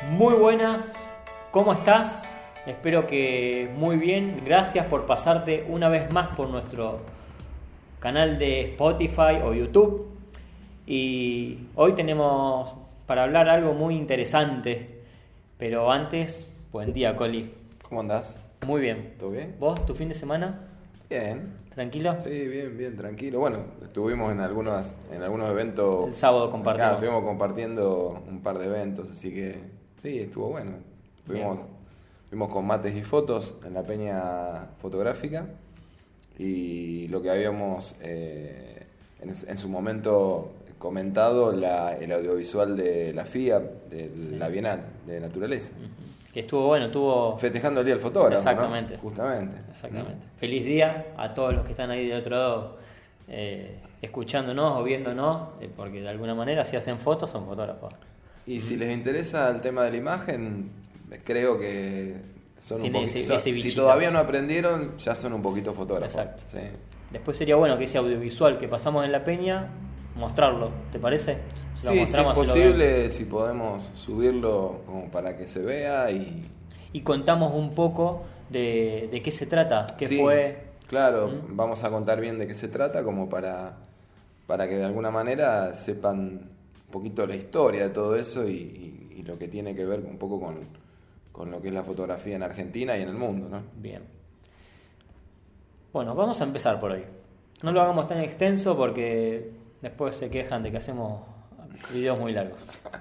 Muy buenas, ¿cómo estás? Espero que muy bien. Gracias por pasarte una vez más por nuestro canal de Spotify o YouTube. Y hoy tenemos para hablar algo muy interesante. Pero antes, buen día, Coli. ¿Cómo andás? Muy bien. ¿Todo bien? ¿Vos, tu fin de semana? Bien. ¿Tranquilo? Sí, bien, tranquilo. Bueno, estuvimos en algunos eventos. El sábado compartimos. Claro, estuvimos compartiendo un par de eventos, así que sí, estuvo bueno. Fuimos con mates y fotos en la peña fotográfica y lo que habíamos en su momento comentado, el audiovisual de la FIA, de la Bienal de Naturaleza. Que estuvo bueno, estuvo... Festejando el Día del Fotógrafo, Exactamente. ¿no? Justamente. Exactamente. Feliz día a todos los que están ahí del otro lado escuchándonos o viéndonos, porque de alguna manera si hacen fotos son fotógrafos. Y si les interesa el tema de la imagen, creo que son un Tiene poquito... ese Si bichito. todavía no aprendieron, ya son un poquito fotógrafos. Exacto. Sí. Después sería bueno que ese audiovisual que pasamos en la peña, mostrarlo, ¿te parece? Lo Sí, si es mostramos y lo posible, si podemos subirlo como para que se vea y... Y contamos un poco de qué se trata, qué Sí, fue... Claro, vamos a contar bien de qué se trata como para que de alguna manera sepan un poquito la historia de todo eso y lo que tiene que ver un poco con lo que es la fotografía en Argentina y en el mundo, ¿no? Bien. Bueno, vamos a empezar por hoy. No lo hagamos tan extenso porque después se quejan de que hacemos videos muy largos.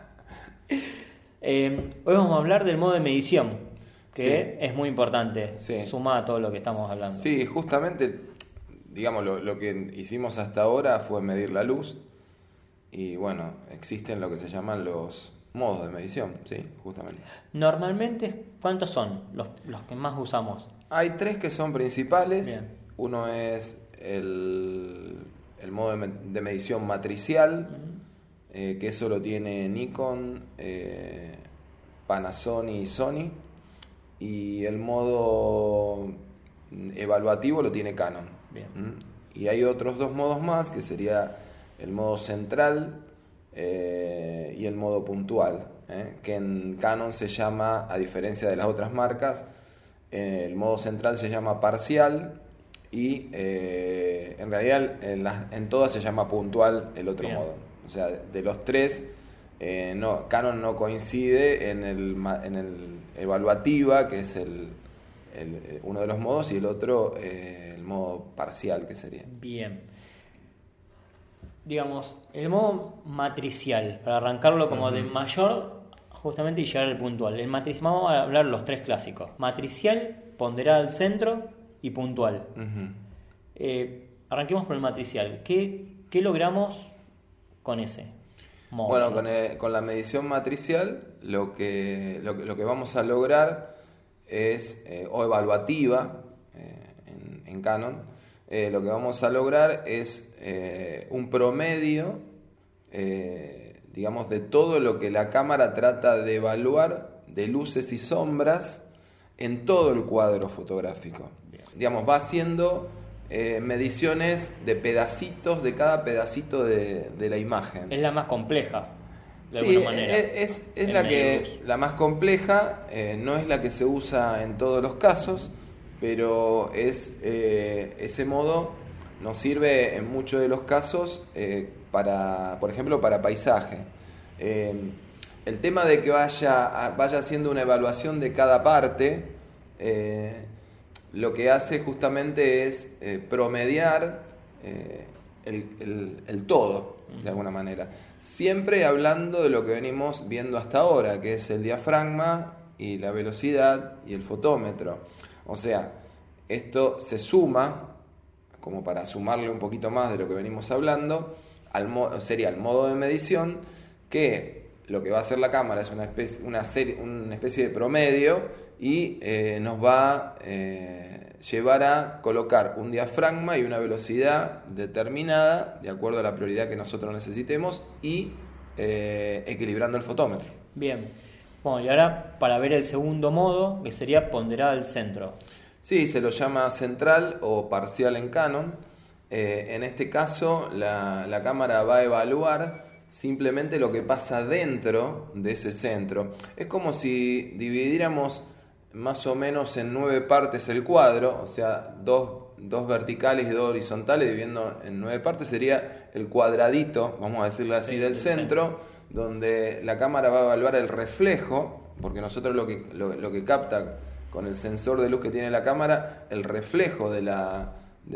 Hoy vamos a hablar del modo de medición, que es muy importante, Sí. suma a todo lo que estamos hablando. Sí, justamente, digamos, lo que hicimos hasta ahora fue medir la luz y bueno, existen lo que se llaman los modos de medición, sí, justamente. Normalmente, ¿cuántos son los que más usamos? Hay tres que son principales. Bien. Uno es el modo de medición matricial, que eso lo tiene Nikon, Panasonic y Sony. Y el modo evaluativo lo tiene Canon. Bien. Y hay otros dos modos más, que sería el modo central y el modo puntual, que en Canon se llama, a diferencia de las otras marcas, el modo central se llama parcial y en realidad en todas se llama puntual el otro Bien. modo. O sea, de los tres, Canon no coincide en el evaluativa, que es uno de los modos, y el otro el modo parcial, que sería. Bien. Digamos, el modo matricial, para arrancarlo como de mayor justamente y llegar al puntual. Vamos a hablar los tres clásicos. Matricial, ponderada al centro y puntual. Arranquemos por el matricial. ¿Qué logramos con ese modo? Bueno, con la medición matricial lo que vamos a lograr es, o evaluativa en Canon, lo que vamos a lograr es un promedio, digamos, de todo lo que la cámara trata de evaluar de luces y sombras en todo el cuadro fotográfico. Bien. Digamos, va haciendo mediciones de pedacitos, de cada pedacito de la imagen. Es la más compleja, de Sí, alguna manera. es En la medio que la más compleja, no es la que se usa en todos los casos, pero ese modo nos sirve en muchos de los casos por ejemplo, para paisaje. El tema de que vaya haciendo una evaluación de cada parte, lo que hace justamente es promediar el todo, de alguna manera. Siempre hablando de lo que venimos viendo hasta ahora, que es el diafragma y la velocidad y el fotómetro. O sea, esto se suma, como para sumarle un poquito más de lo que venimos hablando, sería el modo de medición, que lo que va a hacer la cámara es una especie de promedio y nos va a llevar a colocar un diafragma y una velocidad determinada de acuerdo a la prioridad que nosotros necesitemos y equilibrando el fotómetro. Bien. Bueno, y ahora para ver el segundo modo, que sería ponderada al centro. Sí, se lo llama central o parcial en Canon. En este caso, la cámara va a evaluar simplemente lo que pasa dentro de ese centro. Es como si dividiéramos más o menos en 9 partes el cuadro, o sea, dos verticales y 2 horizontales, dividiendo en 9 partes, sería el cuadradito, vamos a decirlo así, del centro, donde la cámara va a evaluar el reflejo, porque nosotros lo que capta con el sensor de luz que tiene la cámara, el reflejo de la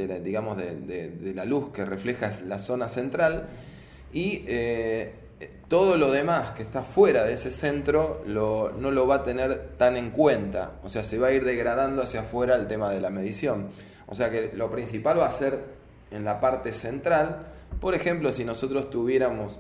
luz que refleja la zona central, y todo lo demás que está fuera de ese centro no lo va a tener tan en cuenta, o sea, se va a ir degradando hacia afuera el tema de la medición. O sea que lo principal va a ser en la parte central. Por ejemplo, si nosotros tuviéramos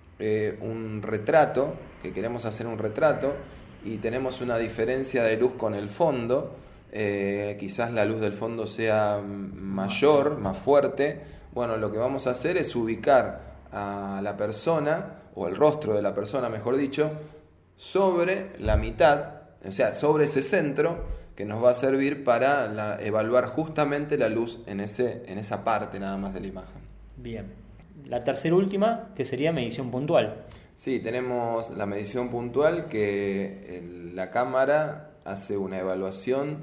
un retrato, que queremos hacer un retrato, y tenemos una diferencia de luz con el fondo, quizás la luz del fondo sea mayor, más fuerte, bueno, lo que vamos a hacer es ubicar a la persona, o el rostro de la persona, mejor dicho, sobre la mitad, o sea, sobre ese centro, que nos va a servir para evaluar justamente la luz en esa parte nada más de la imagen. Bien. La tercera última, que sería medición puntual. Sí, tenemos la medición puntual, que la cámara hace una evaluación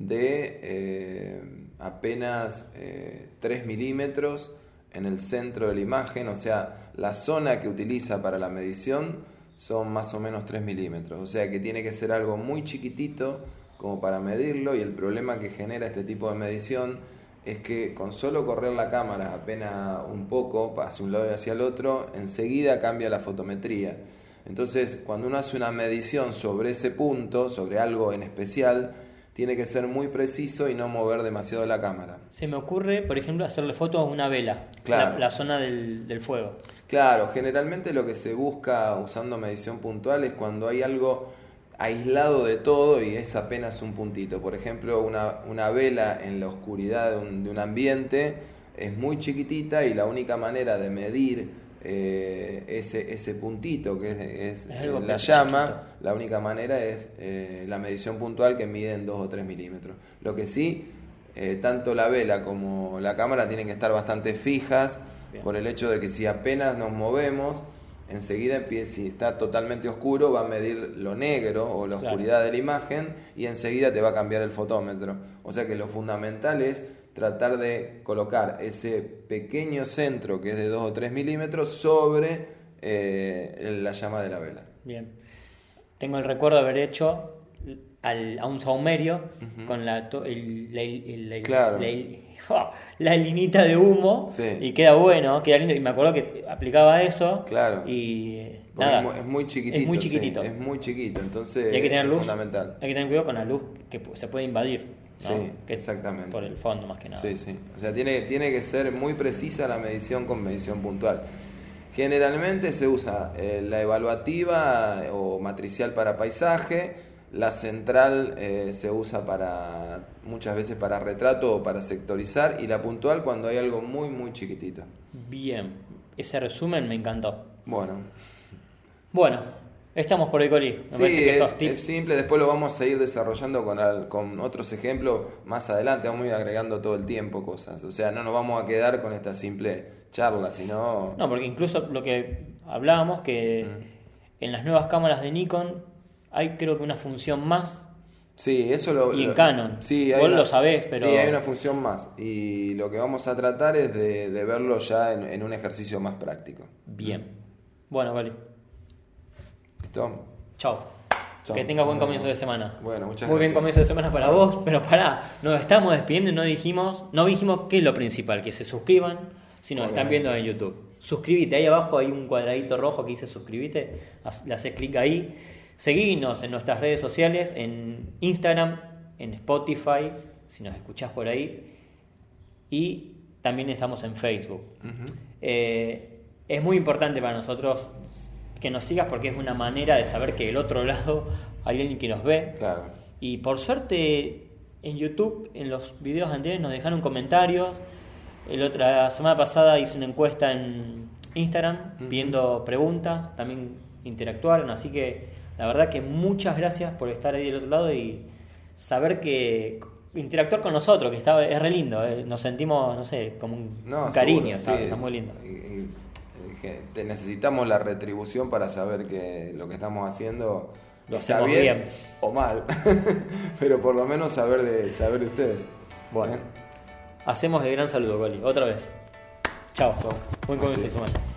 de apenas 3 milímetros en el centro de la imagen, o sea, la zona que utiliza para la medición son más o menos 3 milímetros, o sea que tiene que ser algo muy chiquitito como para medirlo, y el problema que genera este tipo de medición es que con solo correr la cámara apenas un poco hacia un lado y hacia el otro, enseguida cambia la fotometría. Entonces, cuando uno hace una medición sobre ese punto, sobre algo en especial, tiene que ser muy preciso y no mover demasiado la cámara. Se me ocurre, por ejemplo, hacerle foto a una vela, claro. la zona del fuego. Claro, generalmente lo que se busca usando medición puntual es cuando hay algo aislado de todo y es apenas un puntito. Por ejemplo, una vela en la oscuridad de un ambiente es muy chiquitita, y la única manera de medir ese puntito que es la llama, chiquito. La única manera es la medición puntual, que mide en 2 o 3 milímetros. Lo que sí, tanto la vela como la cámara tienen que estar bastante fijas. Bien. Por el hecho de que si apenas nos movemos, enseguida, si está totalmente oscuro, va a medir lo negro o la oscuridad de la imagen, y enseguida te va a cambiar el fotómetro. O sea que lo fundamental es tratar de colocar ese pequeño centro, que es de 2 o 3 milímetros, sobre la llama de la vela. Bien. Tengo el recuerdo de haber hecho a un saumerio con la linita de humo, sí. Y queda bueno, queda lindo, y me acuerdo que aplicaba eso, claro. Y nada, es muy chiquitito, es muy chiquitito, sí, es muy chiquito, entonces hay que tener es luz, fundamental. Hay que tener cuidado con la luz que se puede invadir, ¿no? Sí, que exactamente. Por el fondo más que nada. Sí, sí. O sea, tiene que ser muy precisa la medición con medición puntual. Generalmente se usa la evaluativa o matricial para paisaje. La central se usa muchas veces para retrato o para sectorizar, y la puntual cuando hay algo muy muy chiquitito. Bien, ese resumen me encantó. Bueno, estamos por el Coli. Sí, es simple, después lo vamos a ir desarrollando con otros ejemplos más adelante, vamos a ir agregando todo el tiempo cosas, o sea, no nos vamos a quedar con esta simple charla, sino... No, porque incluso lo que hablábamos, que en las nuevas cámaras de Nikon hay creo que una función más. Sí, eso y en Canon. Sí, vos lo sabés, pero... Sí, hay una función más. Y lo que vamos a tratar es de verlo ya en un ejercicio más práctico. Bien. Bueno, vale. ¿Listo? Chao. Que tengas buen comienzo de semana. Bueno, muchas gracias. Muy bien comienzo de semana para vos, pero pará, nos estamos despidiendo y no dijimos qué es lo principal, que se suscriban si nos están viendo en YouTube. Suscríbete, ahí abajo hay un cuadradito rojo que dice suscríbete, le haces clic ahí. Seguinos en nuestras redes sociales, en Instagram, en Spotify, si nos escuchás por ahí, y también estamos en Facebook. Es muy importante para nosotros que nos sigas, porque es una manera de saber que del otro lado hay alguien que nos ve. Claro. Y por suerte en YouTube, en los videos anteriores nos dejaron comentarios. La semana pasada hice una encuesta en Instagram pidiendo preguntas, también interactuaron, así que la verdad que muchas gracias por estar ahí del otro lado y saber que interactuar con nosotros, que es re lindo, nos sentimos, no sé, como un cariño, sí, está muy lindo. necesitamos la retribución para saber que lo que estamos haciendo Lo está hacemos bien, bien. o mal, pero por lo menos saber de ustedes. Bueno, hacemos el gran saludo, Coli. Otra vez. Chao. Chao. Buen comienzo de Sí. semana.